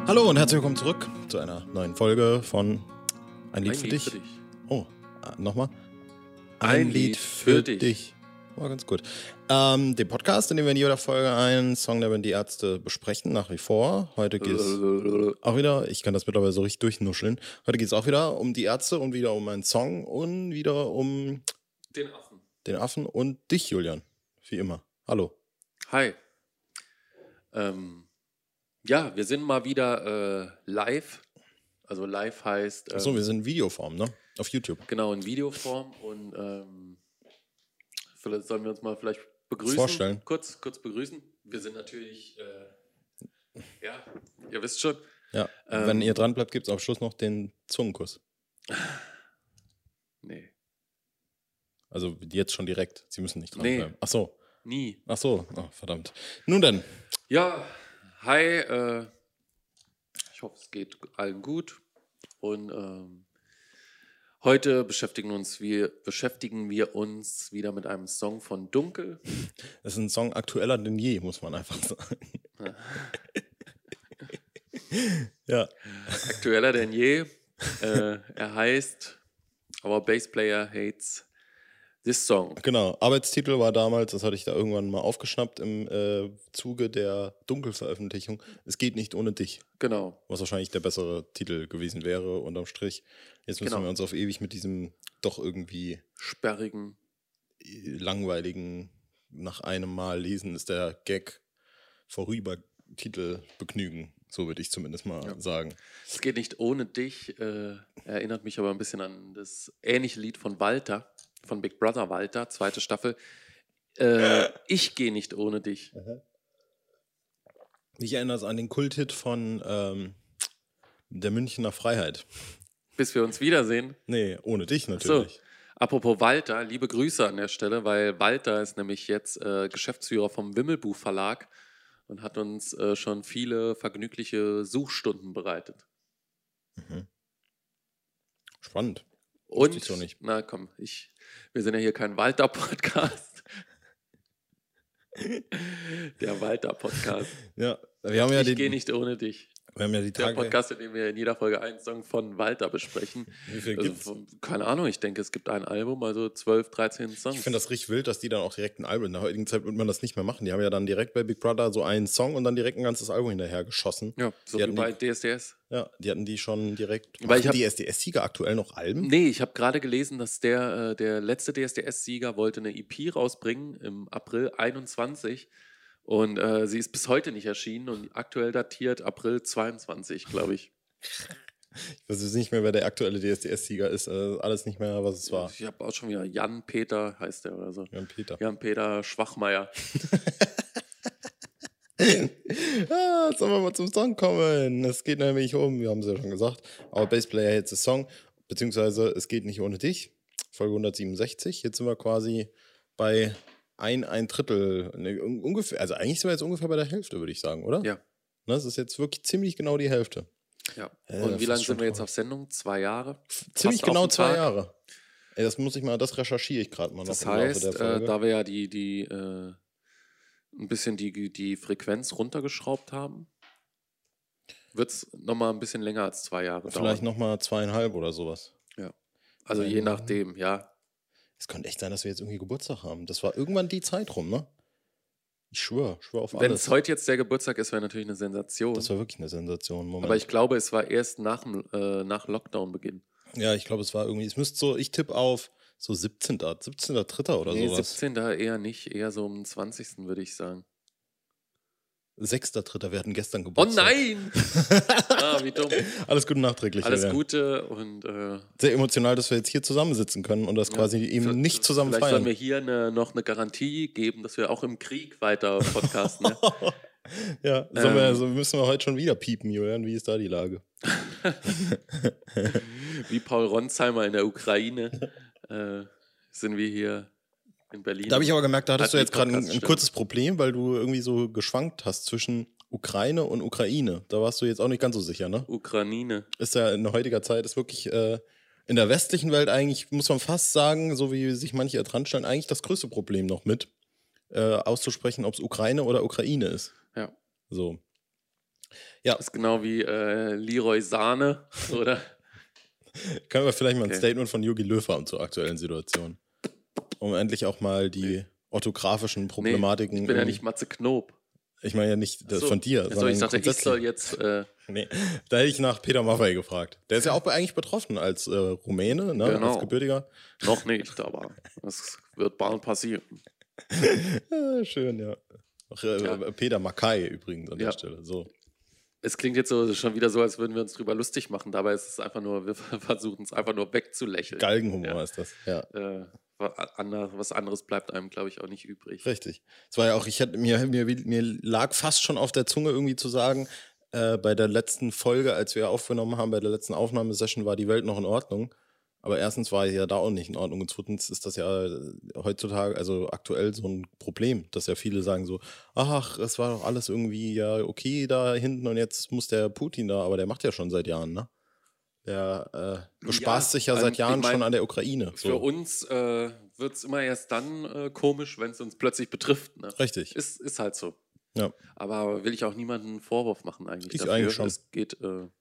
Hallo und herzlich willkommen zurück zu einer neuen Folge von Ein Lied für dich. Oh, nochmal. Ein Lied für dich. War ganz gut. Den Podcast, in dem wir in jeder Folge einen Song der Band Die Ärzte besprechen, nach wie vor. Heute geht es auch wieder, ich kann das mittlerweile so richtig durchnuscheln, heute geht es auch wieder um die Ärzte und wieder um einen Song und wieder um den Affen und dich, Julian. Wie immer. Hallo. Hi. Ja, wir sind mal wieder live. Also live heißt... Achso, wir sind in Videoform, ne? Auf YouTube. Genau, in Videoform. Und vielleicht sollen wir uns mal vielleicht begrüßen. Vorstellen. Kurz begrüßen. Wir sind natürlich... ja, ihr wisst schon. Ja, wenn ihr dran bleibt, gibt es am Schluss noch den Zungenkuss. Nee. Also jetzt schon direkt. Sie müssen nicht dranbleiben. Nee. Ach so. Nie. Ach so. Oh, verdammt. Nun denn. Ja, hi. Ich hoffe, es geht allen gut. Und heute beschäftigen wir uns wieder mit einem Song von Dunkel. Das ist ein Song aktueller denn je, muss man einfach sagen. Ja. Aktueller denn je. Er heißt Our Bass Player Hates This Song. Genau, Arbeitstitel war damals, das hatte ich da irgendwann mal aufgeschnappt im Zuge der Dunkelveröffentlichung, Es geht nicht ohne dich. Genau. Was wahrscheinlich der bessere Titel gewesen wäre, unterm Strich. Jetzt müssen wir uns auf ewig mit diesem doch irgendwie sperrigen, langweiligen, nach einem Mal lesen ist der Gag vorüber Titel begnügen. So würde ich zumindest mal sagen. Es geht nicht ohne dich. Erinnert mich aber ein bisschen an das ähnliche Lied von Walter, von Big Brother Walter, 2. Staffel. Ich gehe nicht ohne dich. Mich erinnert es an den Kulthit von der Münchner Freiheit. Bis wir uns wiedersehen. Nee, ohne dich natürlich. So. Apropos Walter, liebe Grüße an der Stelle, weil Walter ist nämlich jetzt Geschäftsführer vom Wimmelbuch Verlag und hat uns schon viele vergnügliche Suchstunden bereitet. Mhm. Spannend. Und, ich so nicht. Na komm, wir sind ja hier kein Walter-Podcast. Der Walter-Podcast. Ja, wir haben ja ich gehe nicht ohne dich. Wir haben ja die Tage... Der Podcast, in dem wir in jeder Folge einen Song von Walter besprechen. Wie viel gibt's? Keine Ahnung, ich denke, es gibt ein Album, also 12, 13 Songs. Ich finde das richtig wild, dass die dann auch direkt ein Album... In der heutigen Zeit würde man das nicht mehr machen. Die haben ja dann direkt bei Big Brother so einen Song und dann direkt ein ganzes Album hinterher geschossen. Ja, so wie bei DSDS. Ja, die hatten die schon direkt... Weil Machen die DSDS-Sieger aktuell noch Alben? Nee, ich habe gerade gelesen, dass der letzte DSDS-Sieger wollte eine EP rausbringen im April 21. Und sie ist bis heute nicht erschienen und aktuell datiert April 22, glaube ich. Ich weiß jetzt nicht mehr, wer der aktuelle DSDS-Sieger ist. Alles nicht mehr, was es war. Ich habe auch schon wieder Jan-Peter, heißt der oder so. Jan-Peter Schwachmeier. Sollen wir mal zum Song kommen? Es geht nämlich um, wir haben es ja schon gesagt, Our Bass Player Hates the Song, beziehungsweise Es geht nicht ohne dich, Folge 167. Jetzt sind wir quasi bei ein Drittel, ungefähr, also eigentlich sind wir jetzt ungefähr bei der Hälfte, würde ich sagen, oder? Ja. Das ist jetzt wirklich ziemlich genau die Hälfte. Ja. Und wie lange sind wir jetzt auf Sendung? 2 Jahre? Ziemlich genau 2 Jahre. Ey, das recherchiere ich gerade mal noch. Das heißt, da wir ja ein bisschen die Frequenz runtergeschraubt haben, wird es nochmal ein bisschen länger als 2 Jahre dauern. Vielleicht nochmal 2,5 oder sowas. Ja. Also je nachdem, ja. Es könnte echt sein, dass wir jetzt irgendwie Geburtstag haben. Das war irgendwann die Zeit rum, ne? Ich schwöre auf alles. Wenn es heute jetzt der Geburtstag ist, wäre natürlich eine Sensation. Das war wirklich eine Sensation. Moment. Aber ich glaube, es war erst nach Lockdown-Beginn. Ja, ich glaube, es war irgendwie, es müsste so, ich tippe auf so 17.3. oder sowas. 17. eher nicht, eher so am 20. würde ich sagen. 6.3. Wir hatten gestern Geburtstag. Oh nein! Wie dumm. Alles Gute nachträglich. Alles Gute und... sehr emotional, dass wir jetzt hier zusammensitzen können und das quasi eben nicht zusammen vielleicht feiern. Vielleicht sollen wir hier noch eine Garantie geben, dass wir auch im Krieg weiter podcasten. Ne? Ja, müssen wir heute schon wieder piepen, Julian. Wie ist da die Lage? Wie Paul Ronsheimer in der Ukraine sind wir hier in Berlin. Da habe ich aber gemerkt, da hattest du jetzt gerade ein kurzes Problem, weil du irgendwie so geschwankt hast zwischen Ukraine und Ukraine. Da warst du jetzt auch nicht ganz so sicher, ne? Ukraine. Ist ja in heutiger Zeit, ist wirklich in der westlichen Welt eigentlich, muss man fast sagen, so wie sich manche dran stellen, eigentlich das größte Problem noch mit, auszusprechen, ob es Ukraine oder Ukraine ist. Ja. So. Ja. Das ist genau wie Leroy Sahne, oder? Können wir vielleicht mal ein Statement von Jogi Löw haben zur aktuellen Situation? Um endlich auch mal die orthografischen Problematiken. Ich bin ja nicht Matze Knob. Ich meine ja nicht das von dir. Achso, ich dachte, ich soll jetzt. Nee, da hätte ich nach Peter Maffay gefragt. Der ist ja auch eigentlich betroffen als Rumäne, ne? Genau. Als Gebürtiger. Noch nicht, aber das wird bald passieren. Schön, ja. Peter Mackay übrigens an der Stelle. So. Es klingt jetzt so schon wieder so, als würden wir uns drüber lustig machen. Dabei ist es einfach nur, wir versuchen es einfach nur wegzulächeln. Galgenhumor ist das, ja. Was anderes bleibt einem, glaube ich, auch nicht übrig. Richtig. Es war ja auch, mir lag fast schon auf der Zunge irgendwie zu sagen, bei der letzten Folge, als wir aufgenommen haben, bei der letzten Aufnahmesession war die Welt noch in Ordnung. Aber erstens war ja da auch nicht in Ordnung und zweitens ist das ja heutzutage, also aktuell so ein Problem, dass ja viele sagen so, ach, es war doch alles irgendwie ja okay da hinten und jetzt muss der Putin da, aber der macht ja schon seit Jahren, ne? Der bespaßt sich ja seit Jahren schon an der Ukraine. So. Für uns wird es immer erst dann komisch, wenn es uns plötzlich betrifft. Ne? Richtig. Ist halt so. Ja. Aber will ich auch niemandem einen Vorwurf machen eigentlich ich dafür. Eigentlich schon. Es geht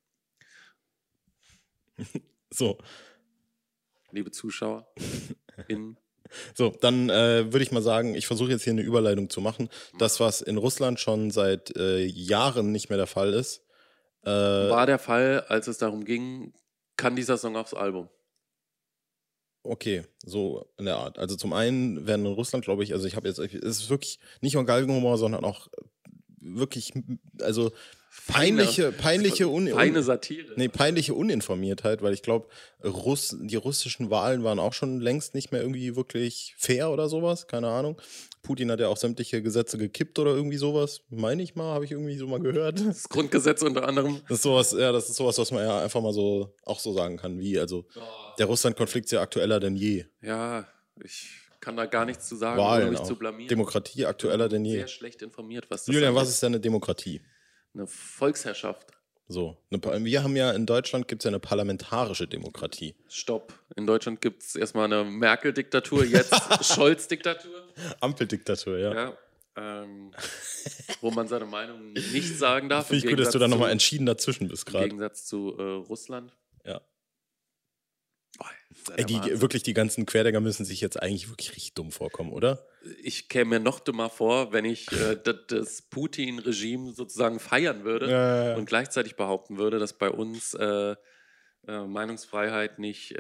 so. Liebe Zuschauer. So, dann würde ich mal sagen, ich versuche jetzt hier eine Überleitung zu machen. Das, was in Russland schon seit Jahren nicht mehr der Fall ist. War der Fall, als es darum ging, kann dieser Song aufs Album? Okay, so in der Art. Also zum einen werden in Russland, glaube ich, also ich habe jetzt, es ist wirklich nicht nur Galgenhumor, sondern auch wirklich, also feine Satire. Nee, peinliche Uninformiertheit, weil ich glaube, die russischen Wahlen waren auch schon längst nicht mehr irgendwie wirklich fair oder sowas, keine Ahnung. Putin hat ja auch sämtliche Gesetze gekippt oder irgendwie sowas, meine ich mal, habe ich irgendwie so mal gehört. Das Grundgesetz unter anderem. Das ist sowas, was man ja einfach mal so auch so sagen kann, wie, also der Russland-Konflikt ist ja aktueller denn je. Ja, ich kann da gar nichts zu sagen, Wahlen ohne mich auch. zu blamieren. Demokratie aktueller denn je. Sehr schlecht informiert, was das Julian, was ist denn eine Demokratie? Eine Volksherrschaft. So, wir haben ja in Deutschland gibt es ja eine parlamentarische Demokratie. Stopp. In Deutschland gibt es erstmal eine Merkel-Diktatur, jetzt Scholz-Diktatur. Ampeldiktatur, ja. Ja. Wo man seine Meinung nicht sagen darf. Finde ich gut, dass du da nochmal entschieden dazwischen bist gerade. Im Gegensatz zu Russland. Ja. Oh, die ganzen Querdenker müssen sich jetzt eigentlich wirklich richtig dumm vorkommen, oder? Ich käme mir noch dümmer vor, wenn ich das Putin-Regime sozusagen feiern würde und gleichzeitig behaupten würde, dass bei uns Meinungsfreiheit nicht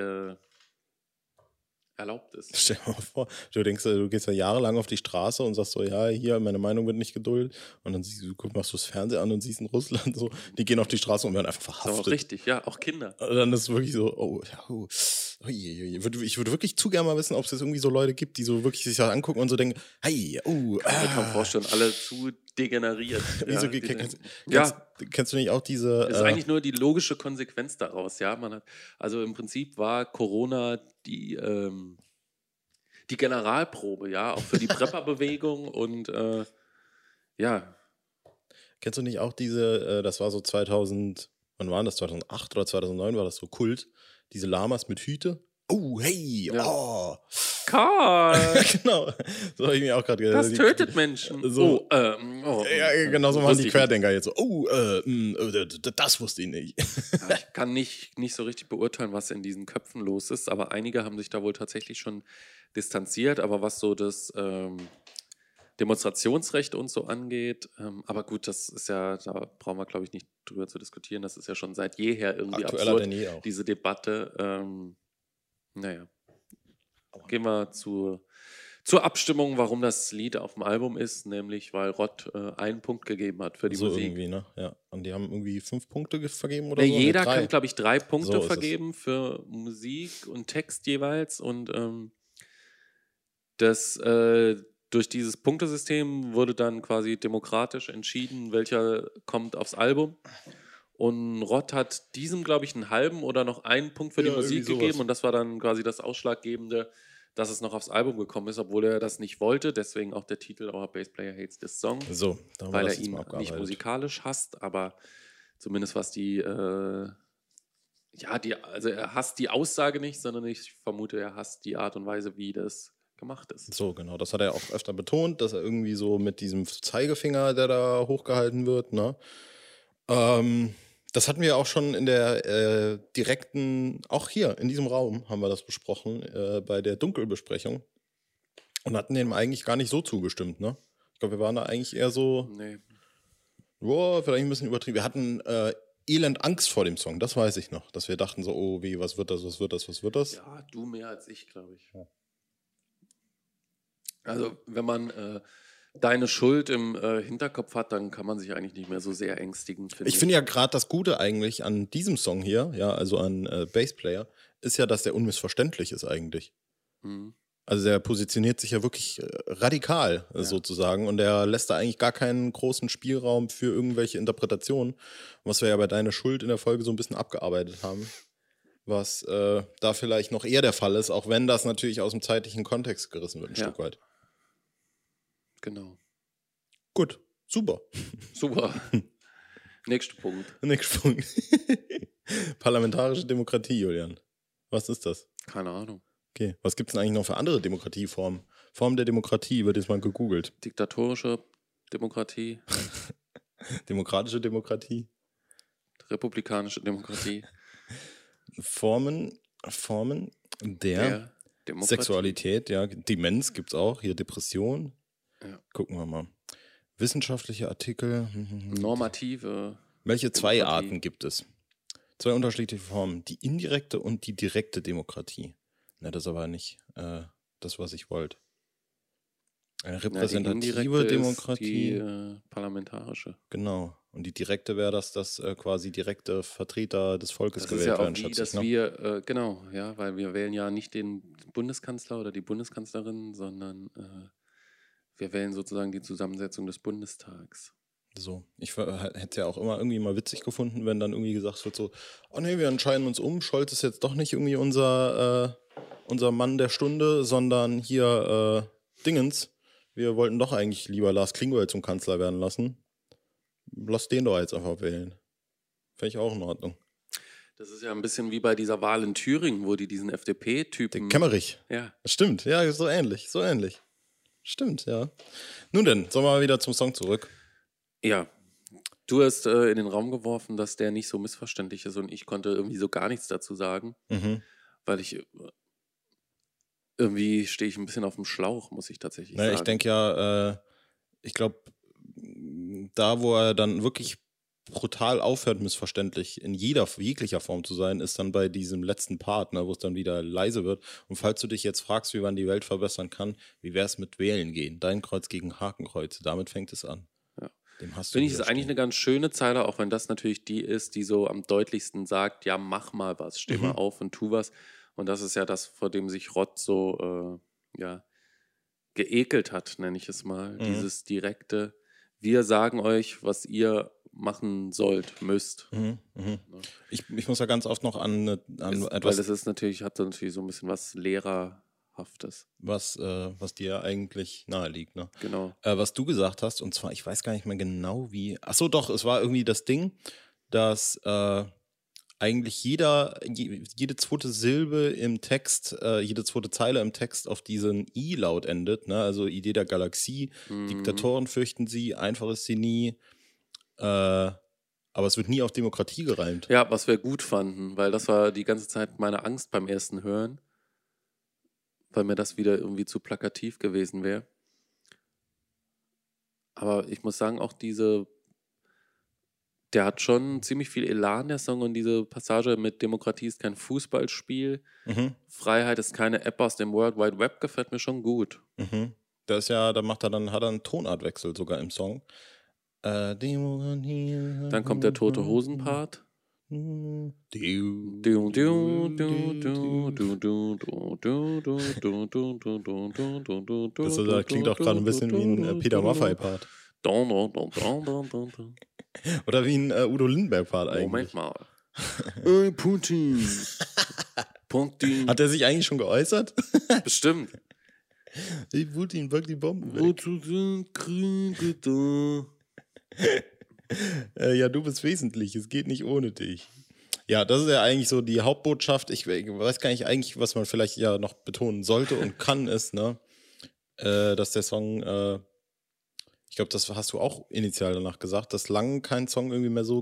erlaubt ist. Stell dir mal vor, du denkst, du gehst ja jahrelang auf die Straße und sagst so, ja, hier, meine Meinung wird nicht geduldet. Und dann machst du das Fernsehen an und siehst in Russland so, die gehen auf die Straße und werden einfach verhaftet. Das ist auch richtig, ja, auch Kinder. Und dann ist es wirklich so, ich würde wirklich zu gerne mal wissen, ob es jetzt irgendwie so Leute gibt, die so wirklich sich das angucken und so denken, hey, Ich kann mir vorstellen, alle zu degeneriert. Kennst du nicht auch diese... Das ist eigentlich nur die logische Konsequenz daraus, ja. Also im Prinzip war Corona die Generalprobe, ja, auch für die Prepper-Bewegung und ja. Kennst du nicht auch diese, das war so 2008 oder 2009 war das so Kult, diese Lamas mit Hüte? Oh, hey, ja. Karl! Genau, so habe ich mir auch gerade gedacht. Das tötet Menschen. So, ja, genau so machen die Querdenker jetzt so. Das wusste ich nicht. Ja, ich kann nicht so richtig beurteilen, was in diesen Köpfen los ist, aber einige haben sich da wohl tatsächlich schon distanziert, aber was so das Demonstrationsrecht und so angeht, aber gut, das ist ja, da brauchen wir, glaube ich, nicht drüber zu diskutieren, das ist ja schon seit jeher irgendwie aktueller absurd, denn je auch. Diese Debatte. Naja. Gehen wir zur Abstimmung, warum das Lied auf dem Album ist, nämlich weil Rott einen Punkt gegeben hat für die so Musik. Irgendwie, ne? Ja. Und die haben irgendwie 5 Punkte vergeben oder so? Jeder kann, glaube ich, 3 Punkte vergeben für Musik und Text jeweils. Und durch dieses Punktesystem wurde dann quasi demokratisch entschieden, welcher kommt aufs Album. Und Rott hat diesem, glaube ich, einen halben oder noch einen Punkt für die Musik gegeben. Und das war dann quasi das Ausschlaggebende, dass es noch aufs Album gekommen ist, obwohl er das nicht wollte. Deswegen auch der Titel Our Bass Player Hates This Song. So, weil er ihn nicht musikalisch hasst, aber zumindest was also er hasst die Aussage nicht, sondern ich vermute, er hasst die Art und Weise, wie das gemacht ist. So, genau. Das hat er auch öfter betont, dass er irgendwie so mit diesem Zeigefinger, der da hochgehalten wird, ne? Das hatten wir auch schon in der direkten, auch hier in diesem Raum haben wir das besprochen, bei der Dunkelbesprechung. Und hatten dem eigentlich gar nicht so zugestimmt, ne? Ich glaube, wir waren da eigentlich eher so, boah, vielleicht ein bisschen übertrieben. Wir hatten elend Angst vor dem Song, das weiß ich noch. Dass wir dachten so, oh weh, was wird das, was wird das, was wird das? Ja, du mehr als ich, glaube ich. Ja. Also, wenn man deine Schuld im Hinterkopf hat, dann kann man sich eigentlich nicht mehr so sehr ängstigen, finde ich. Ich finde ja gerade das Gute eigentlich an diesem Song hier, ja, also an Bassplayer, ist ja, dass der unmissverständlich ist eigentlich. Mhm. Also der positioniert sich ja wirklich radikal sozusagen und der lässt da eigentlich gar keinen großen Spielraum für irgendwelche Interpretationen, was wir ja bei Deine Schuld in der Folge so ein bisschen abgearbeitet haben, was da vielleicht noch eher der Fall ist, auch wenn das natürlich aus dem zeitlichen Kontext gerissen wird, ein Stück weit. Genau. Gut, super. Super. Nächster Punkt. Nächster Punkt. Parlamentarische Demokratie, Julian. Was ist das? Keine Ahnung. Okay, was gibt es denn eigentlich noch für andere Demokratieformen? Form der Demokratie, wird jetzt mal gegoogelt. Diktatorische Demokratie. Demokratische Demokratie. Republikanische Demokratie. Formen der Sexualität, ja. Demenz gibt es auch, hier Depression. Ja. Gucken wir mal. Wissenschaftliche Artikel. Normative. Welche Demokratie. 2 Arten gibt es? 2 unterschiedliche Formen. Die indirekte und die direkte Demokratie. Na, das ist aber nicht das, was ich wollte. Eine repräsentative Demokratie. Ist die parlamentarische. Genau. Und die direkte wäre das quasi direkte Vertreter des Volkes gewählt werden. Das ist ja auch wie, dass wir, genau, ja, weil wir wählen ja nicht den Bundeskanzler oder die Bundeskanzlerin, sondern wir wählen sozusagen die Zusammensetzung des Bundestags. So, ich hätte es ja auch immer irgendwie mal witzig gefunden, wenn dann irgendwie gesagt wird so, oh nee, wir entscheiden uns um, Scholz ist jetzt doch nicht irgendwie unser Mann der Stunde, sondern hier Dingens. Wir wollten doch eigentlich lieber Lars Klingbeil zum Kanzler werden lassen. Lass den doch jetzt einfach wählen. Fände ich auch in Ordnung. Das ist ja ein bisschen wie bei dieser Wahl in Thüringen, wo die diesen FDP-Typen... Der Kemmerich. Ja. Stimmt, ja, so ähnlich. Stimmt, ja. Nun denn, sollen wir mal wieder zum Song zurück. Ja, du hast in den Raum geworfen, dass der nicht so missverständlich ist und ich konnte irgendwie so gar nichts dazu sagen, weil ich irgendwie stehe ich ein bisschen auf dem Schlauch, muss ich tatsächlich sagen. Ich denke ja, ich glaube, da wo er dann wirklich brutal aufhört, missverständlich in jeglicher Form zu sein, ist dann bei diesem letzten Part, ne, wo es dann wieder leise wird. Und falls du dich jetzt fragst, wie man die Welt verbessern kann, wie wäre es mit Wählen gehen? Dein Kreuz gegen Hakenkreuz, damit fängt es an. Ja. Finde ich, ist eigentlich eine ganz schöne Zeile, auch wenn das natürlich die ist, die so am deutlichsten sagt, ja, mach mal was, steh mal auf und tu was. Und das ist ja das, vor dem sich Rott so geekelt hat, nenne ich es mal. Dieses direkte, wir sagen euch, was ihr machen sollt, müsst. Ja. Ich muss ja ganz oft noch an etwas... Weil das ist natürlich, hat natürlich so ein bisschen was Lehrerhaftes. Was dir eigentlich nahe liegt, ne? Genau. Was du gesagt hast, und zwar, ich weiß gar nicht mehr genau wie... Achso, doch, es war irgendwie das Ding, dass eigentlich jede zweite Silbe im Text, jede zweite Zeile im Text auf diesen I-Laut endet, ne? Also Idee der Galaxie, Diktatoren fürchten sie, einfach ist sie nie, aber es wird nie auf Demokratie gereimt. Ja, was wir gut fanden, weil das war die ganze Zeit meine Angst beim ersten Hören, weil mir das wieder irgendwie zu plakativ gewesen wäre. Aber ich muss sagen, auch der hat schon ziemlich viel Elan, der Song, und diese Passage mit Demokratie ist kein Fußballspiel, Freiheit ist keine App aus dem World Wide Web, gefällt mir schon gut. Das ist ja, da hat er einen Tonartwechsel sogar im Song. Demokratie. Dann kommt der Tote Hosen-Part. Das klingt auch gerade ein bisschen wie ein Peter Maffay-Part. Oder wie ein Udo Lindenberg-Part eigentlich. Moment mal. Putin. Hat er sich eigentlich schon geäußert? Bestimmt. Hey, Putin, pack die Bomben weg. Wozu sind Kriege da? Ja, du bist wesentlich. Es geht nicht ohne dich. Ja, das ist ja eigentlich so die Hauptbotschaft. Ich weiß gar nicht eigentlich, was man vielleicht ja noch betonen sollte und kann, ist, ne, dass der Song, ich glaube, das hast du auch initial danach gesagt, dass lang kein Song irgendwie mehr so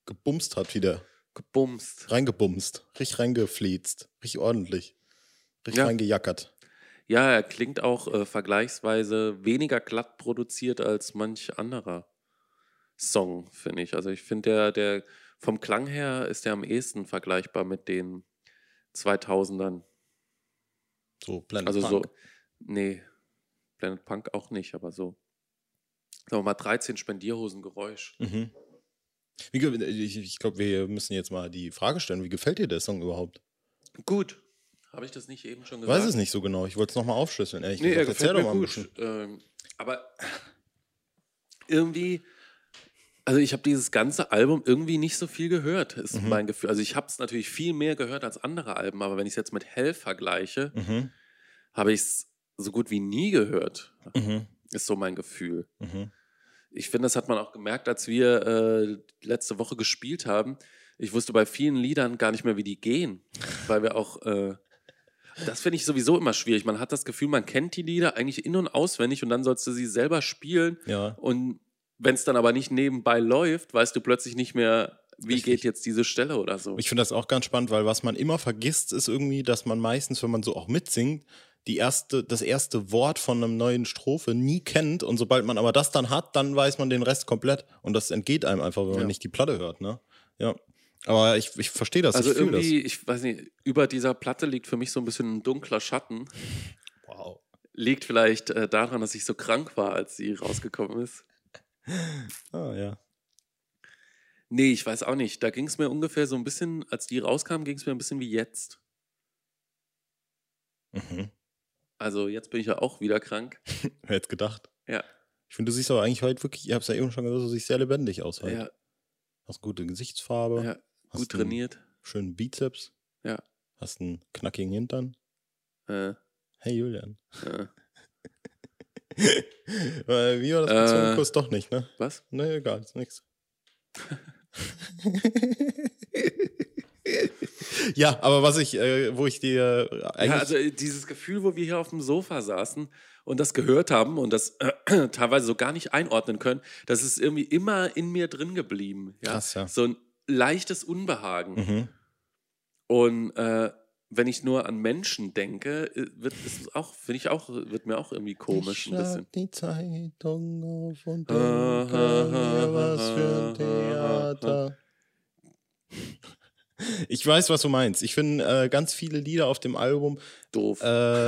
gebumst hat wieder. Gebumst. Reingebumst. Richtig reingefliezt. Richtig ordentlich. Richtig reingejackert. Ja, er klingt auch vergleichsweise weniger glatt produziert als manch anderer Song, finde ich. Also ich finde, der vom Klang her ist der am ehesten vergleichbar mit den 2000ern. So Planet also Punk. Nee, Planet Punk auch nicht, aber so. Sagen wir mal 13 Spendierhosen Geräusch. Mhm. Ich glaube, wir müssen jetzt mal die Frage stellen, wie gefällt dir der Song überhaupt? Gut. Habe ich das nicht eben schon gesagt? Weiß es nicht so genau. Ich wollte es nochmal aufschlüsseln. Er gefällt mir gut. Aber irgendwie, also ich habe dieses ganze Album irgendwie nicht so viel gehört, ist mein Gefühl. Also ich habe es natürlich viel mehr gehört als andere Alben, aber wenn ich es jetzt mit Hell vergleiche, habe ich es so gut wie nie gehört. Ist so mein Gefühl. Ich finde, das hat man auch gemerkt, als wir letzte Woche gespielt haben. Ich wusste bei vielen Liedern gar nicht mehr, wie die gehen, weil wir auch das finde ich sowieso immer schwierig. Man hat das Gefühl, man kennt die Lieder eigentlich in- und auswendig und dann sollst du sie selber spielen. Ja. Und wenn es dann aber nicht nebenbei läuft, weißt du plötzlich nicht mehr, wie geht jetzt diese Stelle oder so. Ich finde das auch ganz spannend, weil was man immer vergisst, ist irgendwie, dass man meistens, wenn man so auch mitsingt, das erste Wort von einer neuen Strophe nie kennt. Und sobald man aber das dann hat, dann weiß man den Rest komplett. Und das entgeht einem einfach, wenn man nicht die Platte hört. Ne? Ja. Aber ich verstehe das, also ich fühle das. Ich weiß nicht, über dieser Platte liegt für mich so ein bisschen ein dunkler Schatten. Wow. Liegt vielleicht daran, dass ich so krank war, als sie rausgekommen ist. Ah, ja. Nee, ich weiß auch nicht. Da ging es mir ungefähr so ein bisschen, als die rauskam, ging es mir ein bisschen wie jetzt. Also jetzt bin ich ja auch wieder krank. Wer hätte gedacht? Ja. Ich finde, du siehst aber eigentlich heute wirklich, ich habe es ja eben schon gesagt, du siehst sehr lebendig aus heute. Ja. Hast gute Gesichtsfarbe. Ja. Hast Gut trainiert. Schönen Bizeps. Ja. Hast einen knackigen Hintern. Hey Julian. Wie war das mit Zungenkurs? Doch nicht, ne? Was? Ne, egal, ist nix. Ja, aber wo ich dir eigentlich... Ja, also dieses Gefühl, wo wir hier auf dem Sofa saßen und das gehört haben und das teilweise so gar nicht einordnen können, das ist irgendwie immer in mir drin geblieben. Ja? Krass, ja. So ein leichtes Unbehagen. Und wenn ich nur an Menschen denke, wird mir auch irgendwie komisch ich ein bisschen. Die Zeitung auf und denke mir, was für ein Theater. Ich weiß, was du meinst. Ich finde ganz viele Lieder auf dem Album doof.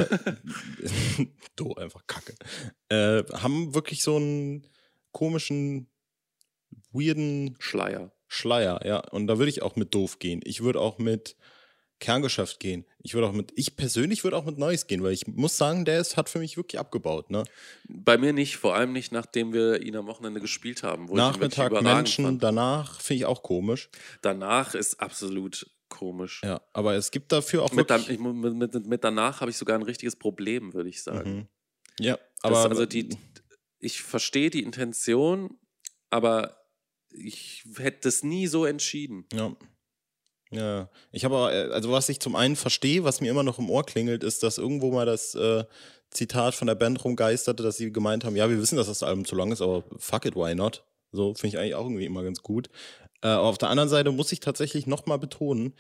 Einfach Kacke. Haben wirklich so einen komischen, weirden Schleier, ja. Und da würde ich auch mit doof gehen. Ich würde auch mit Kerngeschäft gehen. Ich persönlich würde auch mit Neues gehen, weil ich muss sagen, hat für mich wirklich abgebaut, ne? Bei mir nicht, vor allem nicht, nachdem wir ihn am Wochenende gespielt haben. Nachmittag Menschen, fand. Danach finde ich auch komisch. Danach ist absolut komisch. Ja, aber es gibt dafür auch mit danach habe ich sogar ein richtiges Problem, würde ich sagen. Ja, aber ich verstehe die Intention, aber ich hätte es nie so entschieden. Ja. Ja, ich habe also was ich zum einen verstehe, was mir immer noch im Ohr klingelt, ist, dass irgendwo mal das Zitat von der Band rumgeisterte, dass sie gemeint haben, ja, wir wissen, dass das Album zu lang ist, aber fuck it, why not? So finde ich eigentlich auch irgendwie immer ganz gut. Aber auf der anderen Seite muss ich tatsächlich nochmal betonen,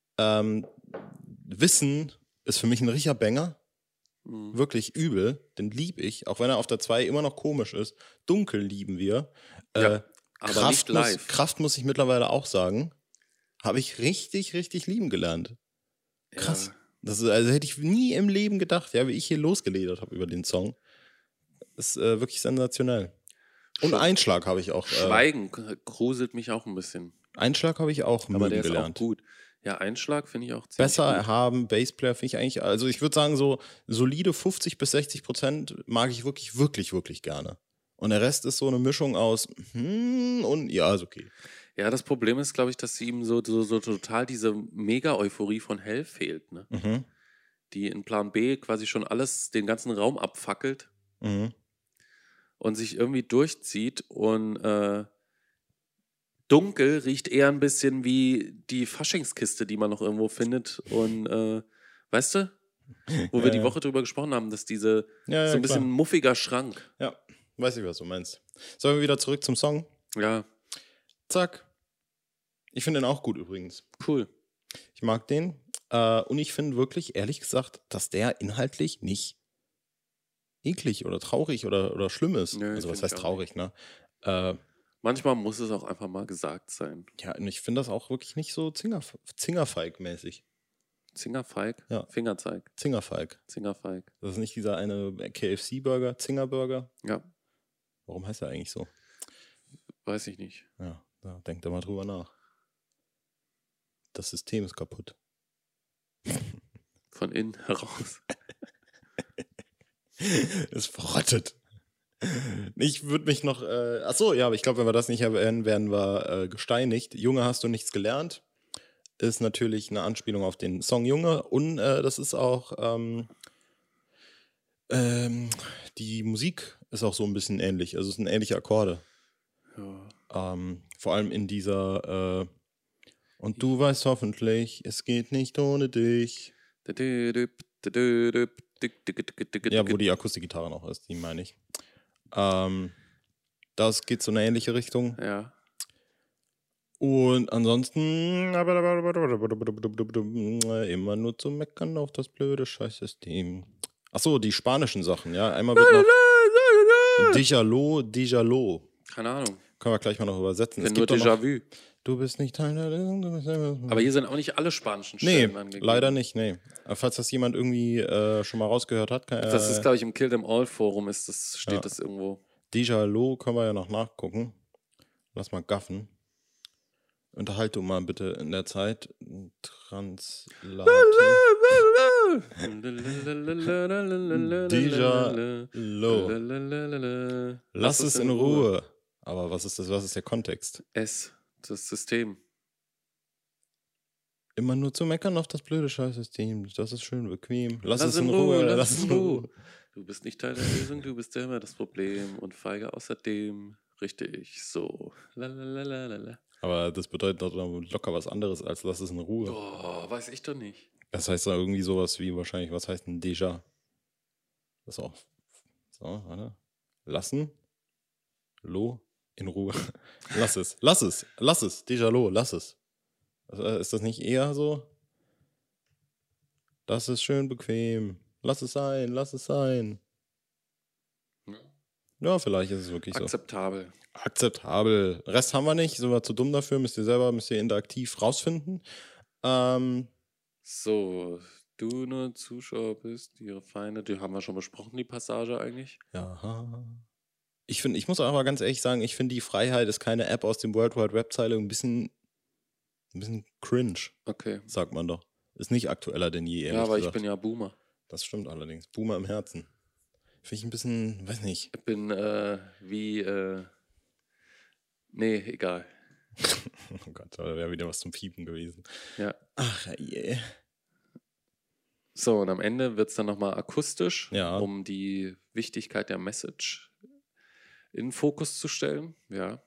Wissen ist für mich ein richtiger Banger. Wirklich übel, den lieb ich, auch wenn er auf der 2 immer noch komisch ist. Dunkel lieben wir. Ja, aber nicht live. Kraft muss ich mittlerweile auch sagen. Habe ich richtig, richtig lieben gelernt. Krass. Ja. Also hätte ich nie im Leben gedacht, ja, wie ich hier losgeledert habe über den Song. Das ist wirklich sensationell. Und Einschlag habe ich auch. Schweigen gruselt mich auch ein bisschen. Einschlag habe ich auch mögen gelernt. Aber der ist auch gut. Ja, Einschlag finde ich auch ziemlich besser gut. erhaben, Bassplayer finde ich eigentlich, also ich würde sagen so solide 50-60% mag ich wirklich, wirklich, wirklich gerne. Und der Rest ist so eine Mischung aus und ja, ist okay. Ja, das Problem ist, glaube ich, dass ihm so total diese Mega-Euphorie von Hell fehlt, ne? Die in Plan B quasi schon den ganzen Raum abfackelt und sich irgendwie durchzieht und dunkel riecht eher ein bisschen wie die Faschingskiste, die man noch irgendwo findet und weißt du, wo wir die Woche drüber gesprochen haben, dass so ein bisschen muffiger Schrank. Ja, weiß ich, was du meinst. Sollen wir wieder zurück zum Song? Ja. Zack. Ich finde den auch gut übrigens. Cool. Ich mag den. Und ich finde wirklich, ehrlich gesagt, dass der inhaltlich nicht eklig oder traurig oder schlimm ist. Nö, also was find heißt ich auch traurig, ne? Manchmal muss es auch einfach mal gesagt sein. Ja, und ich finde das auch wirklich nicht so Zingerfeig-mäßig. Zingerfeig? Ja. Fingerzeig. Zingerfeig. Zingerfeig. Das ist nicht dieser eine KFC-Burger, Zingerburger. Ja, Warum heißt er eigentlich so? weiß ich nicht. Ja, da denkt er mal drüber nach. Das System ist kaputt. Von innen heraus. Ist verrottet. Ich würde mich noch, achso, ja, aber ich glaube, wenn wir das nicht erwähnen, werden wir gesteinigt. Junge, hast du nichts gelernt? Ist natürlich eine Anspielung auf den Song Junge und das ist auch, die Musik ist auch so ein bisschen ähnlich. Also es sind ähnliche Akkorde. Ja. Vor allem in dieser, und du weißt hoffentlich, es geht nicht ohne dich. Ja, wo die Akustikgitarre noch ist, die meine ich. Das geht so eine ähnliche Richtung. Ja. Und ansonsten immer nur zu meckern auf das blöde Scheißsystem. Achso, die spanischen Sachen, ja. Einmal wird noch Déjà-lo. Keine Ahnung. Können wir gleich mal noch übersetzen. Ich kenne nur Déjà-vu. Du bist nicht Teil der Lösung, du bist Aber hier sind auch nicht alle spanischen Nee, Stellen angegeben. leider nicht, nee. Falls das jemand irgendwie schon mal rausgehört hat, kann Das ist, glaube ich, im Kill Them All Forum steht das irgendwo. Déjà-lo können wir ja noch nachgucken. Lass mal gaffen. Unterhalte du mal bitte in der Zeit. Translativ. Déjà-lo. Lass es in Ruhe. Aber was ist das? Was ist der Kontext? Das System. Immer nur zu meckern auf das blöde Scheißsystem. Das ist schön bequem. Lass es in Ruhe. Lass es in Ruhe. Du bist nicht Teil der Lösung, du bist immer das Problem. Und feige außerdem. Richtig, so. Lalalala. Aber das bedeutet doch locker was anderes als lass es in Ruhe. Oh, weiß ich doch nicht. Das heißt da irgendwie sowas wie wahrscheinlich, was heißt ein Déjà? Das ist auch. So, warte. Lassen. Lo. In Ruhe. Lass es. Déjà-lo, lass es. Ist das nicht eher so? Das ist schön bequem. Lass es sein. Ja, vielleicht ist es wirklich so. Akzeptabel. Rest haben wir nicht, sind wir zu dumm dafür, müsst ihr interaktiv rausfinden. So, du nur Zuschauer bist, ihre Feinde, die haben wir schon besprochen, die Passage eigentlich. Ja. Ich muss aber ganz ehrlich sagen, ich finde die Freiheit ist keine App aus dem World Wide Web Zeile ein bisschen cringe. Okay. Sagt man doch. Ist nicht aktueller denn je, ehrlich Ja, aber gesagt. ich bin ja Boomer. Das stimmt allerdings. Boomer im Herzen. Finde ich ein bisschen, weiß nicht. Ich bin nee, egal. Oh Gott, da wäre wieder was zum Piepen gewesen. Ja. Ach, yeah. So, und am Ende wird es dann nochmal akustisch, Ja. um die Wichtigkeit der Message in den Fokus zu stellen. Ja.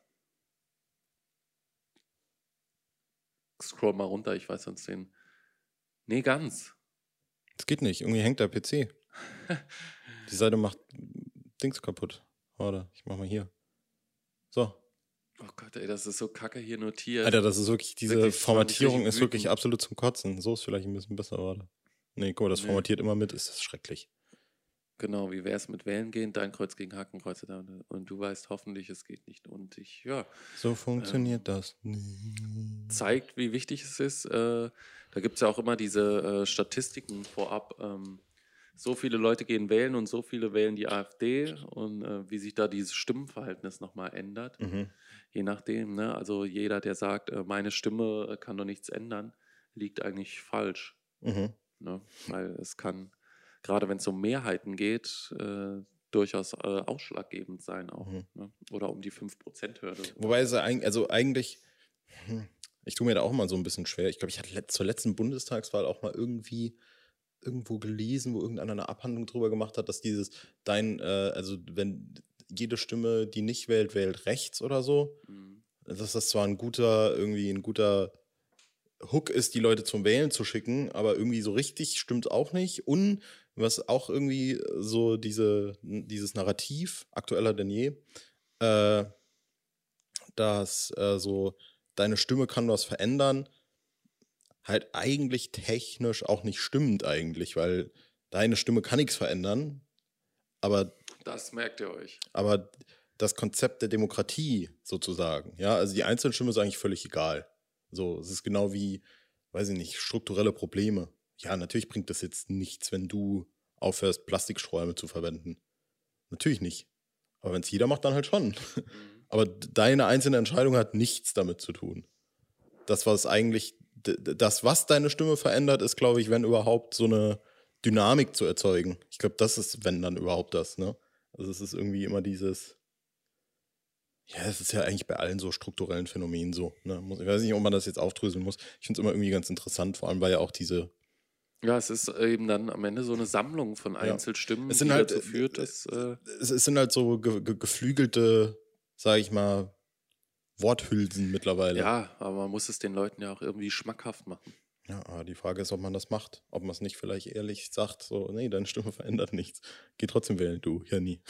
Scroll mal runter, ich weiß sonst den. Nee, ganz. Das geht nicht, irgendwie hängt der PC. Die Seite macht Dings kaputt. Warte, ich mach mal hier. So. Oh Gott, ey, das ist so kacke hier notiert. Alter, das ist wirklich, diese Wirklich, Formatierung ist wütend. wirklich absolut zum Kotzen. So ist vielleicht ein bisschen besser, warte. Nee, guck mal, das formatiert immer mit, ist das schrecklich. Genau, wie wäre es mit Wählen gehen? Dein Kreuz gegen Hakenkreuz. Und du weißt hoffentlich, es geht nicht. Und So funktioniert das. Zeigt, wie wichtig es ist. Da gibt es ja auch immer diese Statistiken vorab. So viele Leute gehen wählen und so viele wählen die AfD. Und wie sich da dieses Stimmenverhältnis nochmal ändert. Mhm. Je nachdem, ne? Also jeder, der sagt, meine Stimme kann doch nichts ändern, liegt eigentlich falsch. Mhm. Ne? Weil es kann, gerade wenn es um Mehrheiten geht, durchaus ausschlaggebend sein auch. Ne? Oder um die 5%-Hürde. Wobei es eigentlich, ich tue mir da auch mal so ein bisschen schwer. Ich glaube, ich hatte zur letzten Bundestagswahl auch mal irgendwo gelesen, wo irgendeiner eine Abhandlung drüber gemacht hat, dass also wenn jede Stimme, die nicht wählt, wählt rechts oder so, dass das zwar ein guter Hook ist, die Leute zum Wählen zu schicken, aber irgendwie so richtig stimmt auch nicht. Und was auch irgendwie so dieses Narrativ, aktueller denn je, dass so deine Stimme kann was verändern, halt eigentlich technisch auch nicht stimmt eigentlich, weil deine Stimme kann nichts verändern, aber Das merkt ihr euch. Aber das Konzept der Demokratie sozusagen, ja, also die Einzelstimme ist eigentlich völlig egal. So, es ist genau wie, weiß ich nicht, strukturelle Probleme. Ja, natürlich bringt das jetzt nichts, wenn du aufhörst, Plastiksträume zu verwenden. Natürlich nicht. Aber wenn es jeder macht, dann halt schon. Aber deine einzelne Entscheidung hat nichts damit zu tun. Das, was deine Stimme verändert, ist, glaube ich, wenn überhaupt, so eine Dynamik zu erzeugen. Ich glaube, das ist, wenn dann überhaupt das, ne? Also es ist irgendwie immer dieses, ja, es ist ja eigentlich bei allen so strukturellen Phänomenen so, ne? Ich weiß nicht, ob man das jetzt aufdröseln muss. Ich finde es immer irgendwie ganz interessant, vor allem weil ja auch diese. Ja, es ist eben dann am Ende so eine Sammlung von Einzelstimmen, Es sind die halt, dazu führt, dass... es sind halt so geflügelte, sage ich mal, Worthülsen mittlerweile. Ja, aber man muss es den Leuten ja auch irgendwie schmackhaft machen. Ja, aber die Frage ist, ob man das macht. Ob man es nicht vielleicht ehrlich sagt, so, nee, deine Stimme verändert nichts. Geh trotzdem wählen, du, ja nie.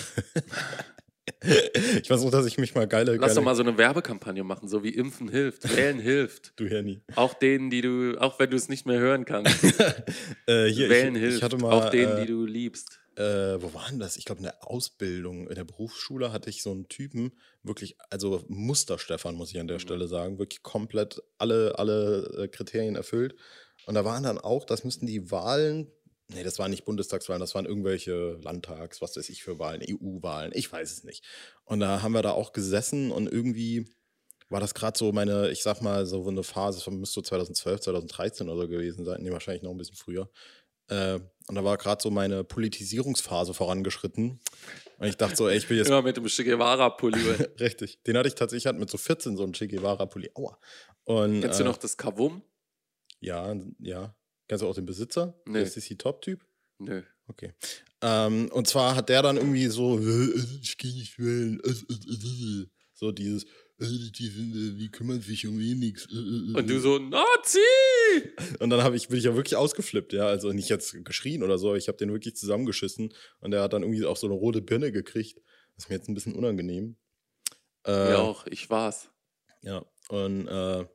Ich versuche, dass ich mich mal Lass doch mal so eine Werbekampagne machen, so wie Impfen hilft, Wählen hilft. Du, ja nie. Auch denen, auch wenn du es nicht mehr hören kannst. Wählen hilft, ich hatte mal, auch denen, die du liebst. Wo war denn das? Ich glaube, in der Ausbildung, in der Berufsschule hatte ich so einen Typen, wirklich, also Muster-Stefan, muss ich an der Stelle sagen, wirklich komplett alle Kriterien erfüllt. Und da waren dann auch, das müssten die Wahlen, nee, das waren nicht Bundestagswahlen, das waren irgendwelche was weiß ich für Wahlen, EU-Wahlen, ich weiß es nicht. Und da haben wir da auch gesessen und irgendwie war das gerade so meine, ich sag mal, so eine Phase, das müsste so 2012, 2013 oder so gewesen sein, nee, wahrscheinlich noch ein bisschen früher. Und da war gerade so meine Politisierungsphase vorangeschritten. Und ich dachte so, ey, ich will jetzt. Immer mit dem Che Guevara-Pulli. Richtig. Den hatte ich tatsächlich mit so 14, so einen Che Guevara-Pulli. Aua. Kennst du noch das Kavum? Ja. Kennst du auch den Besitzer? Nee. Der CC Top-Typ? Nö. Okay. Und zwar hat der dann irgendwie so, ich gehe nicht wählen. So dieses, die kümmern sich um nichts. Und du so, Nazi! Und dann bin ich ja wirklich ausgeflippt, ja. Also nicht jetzt geschrien oder so, ich habe den wirklich zusammengeschissen und der hat dann irgendwie auch so eine rote Birne gekriegt. Das ist mir jetzt ein bisschen unangenehm. Mir auch, ich war's. Ja, und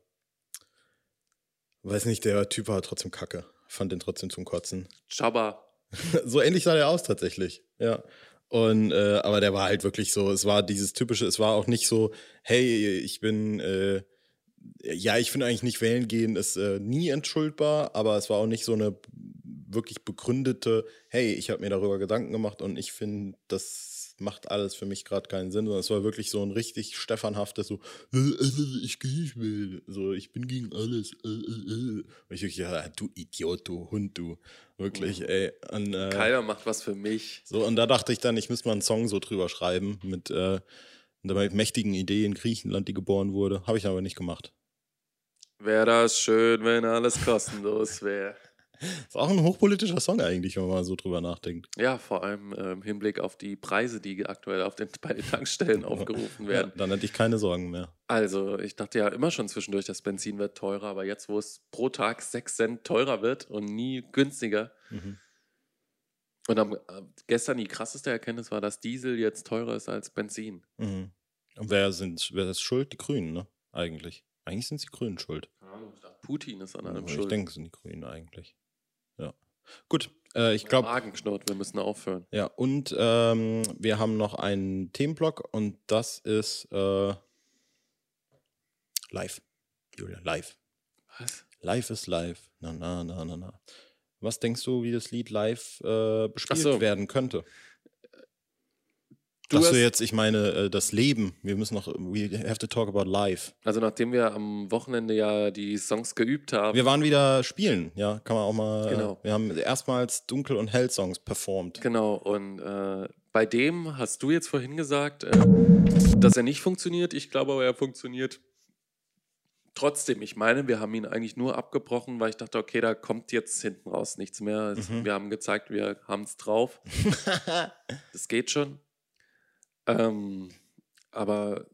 weiß nicht, der Typ war trotzdem kacke. Fand den trotzdem zum Kotzen. Jabba. So ähnlich sah der aus tatsächlich, ja. Und aber der war halt wirklich so, es war dieses typische, es war auch nicht so, hey, ich finde eigentlich nicht wählen gehen ist nie entschuldbar, aber es war auch nicht so eine wirklich begründete, hey, ich habe mir darüber Gedanken gemacht und ich finde, das macht alles für mich gerade keinen Sinn, sondern es war wirklich so ein richtig stephanhaftes, so, ich gehe nicht wählen, so, ich bin gegen alles. Und ich wirklich, ja, du Idiot, du Hund, du, wirklich, ey. Und, Keiner macht was für mich. So, und da dachte ich dann, ich müsste mal einen Song so drüber schreiben, mit mächtigen Ideen in Griechenland, die geboren wurde. Habe ich aber nicht gemacht. Wäre das schön, wenn alles kostenlos wäre. Ist auch ein hochpolitischer Song eigentlich, wenn man mal so drüber nachdenkt. Ja, vor allem im Hinblick auf die Preise, die aktuell bei den Tankstellen aufgerufen werden. Ja, dann hätte ich keine Sorgen mehr. Also, ich dachte ja immer schon zwischendurch, das Benzin wird teurer, aber jetzt, wo es pro Tag 6 Cent teurer wird und nie günstiger. Und gestern die krasseste Erkenntnis war, dass Diesel jetzt teurer ist als Benzin. Und wer ist schuld? Die Grünen, ne? Eigentlich. Eigentlich sind es die Grünen schuld. Putin ist an allem schuld. Ich denke, es sind die Grünen eigentlich. Ja. Gut, ich glaube. Magenknurrt, wir müssen aufhören. Ja, und wir haben noch einen Themenblock und das ist live. Julia, live. Was? Live ist live. Na. Was denkst du, wie das Lied live bespielt werden könnte? Ich meine, das Leben. Wir müssen noch, we have to talk about live. Also nachdem wir am Wochenende ja die Songs geübt haben. Wir waren wieder spielen, ja, kann man auch mal. Genau. Wir haben erstmals Dunkel- und Hell-Songs performt. Genau, und bei dem hast du jetzt vorhin gesagt, dass er nicht funktioniert. Ich glaube aber, er funktioniert trotzdem. Ich meine, wir haben ihn eigentlich nur abgebrochen, weil ich dachte, okay, da kommt jetzt hinten raus nichts mehr. Wir haben gezeigt, wir haben es drauf. Das geht schon. Aber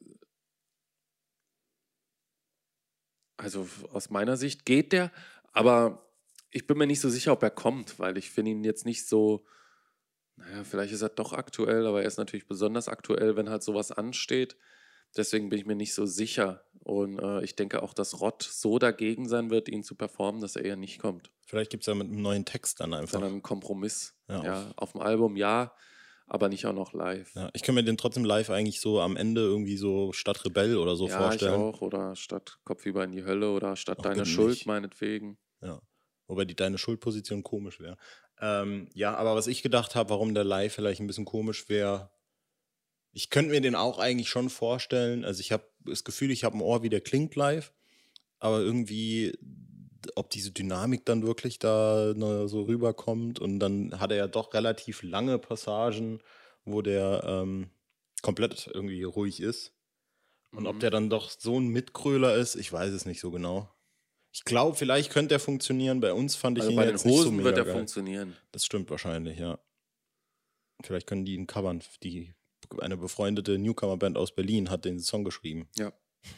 also aus meiner Sicht geht der, aber ich bin mir nicht so sicher, ob er kommt, weil ich finde ihn jetzt nicht so, naja, vielleicht ist er doch aktuell, aber er ist natürlich besonders aktuell, wenn halt sowas ansteht. Deswegen bin ich mir nicht so sicher. Und ich denke auch, dass Rott so dagegen sein wird, ihn zu performen, dass er eher nicht kommt. Vielleicht gibt es ja mit einem neuen Text dann einfach. Sondern einen Kompromiss. Ja, Ja, auf dem Album ja, aber nicht auch noch live. Ja, ich kann mir den trotzdem live eigentlich so am Ende irgendwie so statt Rebell oder so vorstellen. Ja, ich auch. Oder statt Kopfüber in die Hölle oder statt Ach, Deine bitte Schuld, nicht. meinetwegen. Ja, wobei die Deine Schuldposition komisch wäre. Ja, aber was ich gedacht habe, warum der live vielleicht ein bisschen komisch wäre, ich könnte mir den auch eigentlich schon vorstellen. Also ich habe das Gefühl, ich habe ein Ohr, wie der klingt live, aber irgendwie, ob diese Dynamik dann wirklich da so rüberkommt, und dann hat er ja doch relativ lange Passagen, wo der komplett irgendwie ruhig ist. Und ob der dann doch so ein Mitgröler ist, ich weiß es nicht so genau. Ich glaube, vielleicht könnte er funktionieren. Bei uns fand ich Also ihn bei den jetzt nicht so Hosen mega wird er geil. funktionieren. Das stimmt wahrscheinlich, ja. Vielleicht können die ihn covern. Eine befreundete Newcomer-Band aus Berlin hat den Song geschrieben. Ja.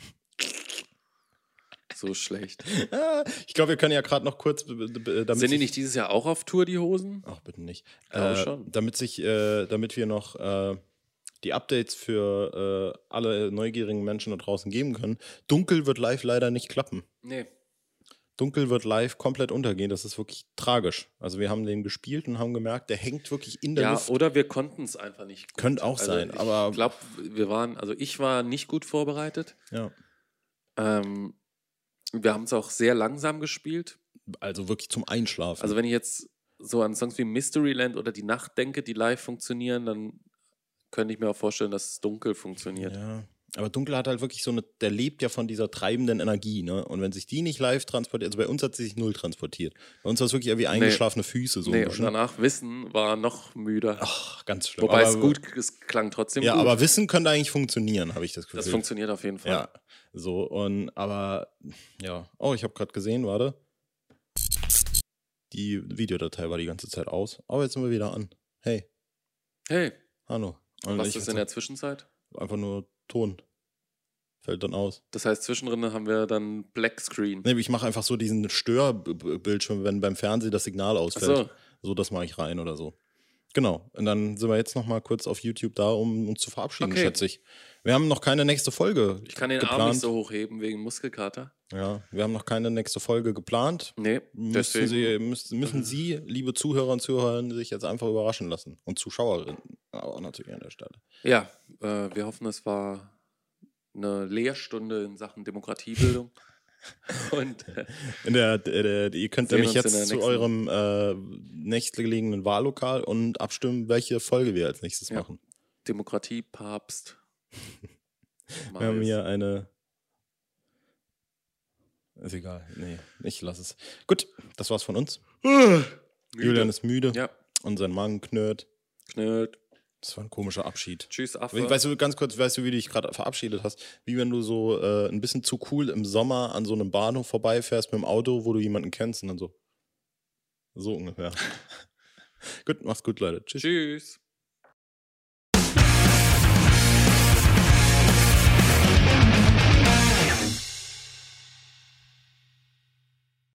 So schlecht. Ich glaube, wir können ja gerade noch kurz, damit Sind die nicht dieses Jahr auch auf Tour, die Hosen? Ach, bitte nicht. Schon. Damit wir noch die Updates für alle neugierigen Menschen da draußen geben können. Dunkel wird live leider nicht klappen. Nee. Dunkel wird live komplett untergehen. Das ist wirklich tragisch. Also wir haben den gespielt und haben gemerkt, der hängt wirklich in der Luft. Ja, oder wir konnten es einfach nicht gut. Könnte auch sein, aber ich glaube, ich war nicht gut vorbereitet. Ja. Wir haben es auch sehr langsam gespielt. Also wirklich zum Einschlafen. Also wenn ich jetzt so an Songs wie Mysteryland oder Die Nacht denke, die live funktionieren, dann könnte ich mir auch vorstellen, dass es dunkel funktioniert. Ja, aber Dunkel hat halt wirklich der lebt ja von dieser treibenden Energie, ne? Und wenn sich die nicht live transportiert, also bei uns hat sie sich null transportiert. Bei uns war es wirklich irgendwie eingeschlafene Füße. So und danach Wissen war noch müder. Ach, ganz schlimm. Wobei es klang trotzdem gut. Ja, aber Wissen könnte eigentlich funktionieren, habe ich das Gefühl. Das funktioniert auf jeden Fall. Ja, so ich habe gerade gesehen, warte. Die Videodatei war die ganze Zeit aus, aber jetzt sind wir wieder an. Hey. Hallo. Und was ist in der Zwischenzeit? Einfach nur Ton. Fällt dann aus. Das heißt, zwischendrin haben wir dann Black Screen. Nee, ich mache einfach so diesen Störbildschirm, wenn beim Fernsehen das Signal ausfällt. So, das mache ich rein oder so. Genau. Und dann sind wir jetzt noch mal kurz auf YouTube da, um uns zu verabschieden, schätze ich. Wir haben noch keine nächste Folge Ich kann den geplant. Arm nicht so hochheben wegen Muskelkater. Ja, wir haben noch keine nächste Folge geplant. Nee, müssen Sie, liebe Zuhörer und Zuhörerinnen, sich jetzt einfach überraschen lassen. Und Zuschauerinnen auch natürlich an der Stelle. Ja, wir hoffen, es war eine Lehrstunde in Sachen Demokratiebildung. Und ihr könnt nämlich jetzt zu eurem nächstgelegenen Wahllokal und abstimmen, welche Folge wir als nächstes machen. Demokratie, Papst. Wir haben hier eine... Ist egal. Nee, ich lasse es. Gut, das war's von uns. Julian ist müde. Ja. Und sein Magen knurrt. Knurrt. Das war ein komischer Abschied. Tschüss, Affe. Weißt du, wie du dich gerade verabschiedet hast? Wie wenn du so ein bisschen zu cool im Sommer an so einem Bahnhof vorbeifährst mit dem Auto, wo du jemanden kennst und dann so. So ungefähr. Gut, mach's gut, Leute. Tschüss. Tschüss.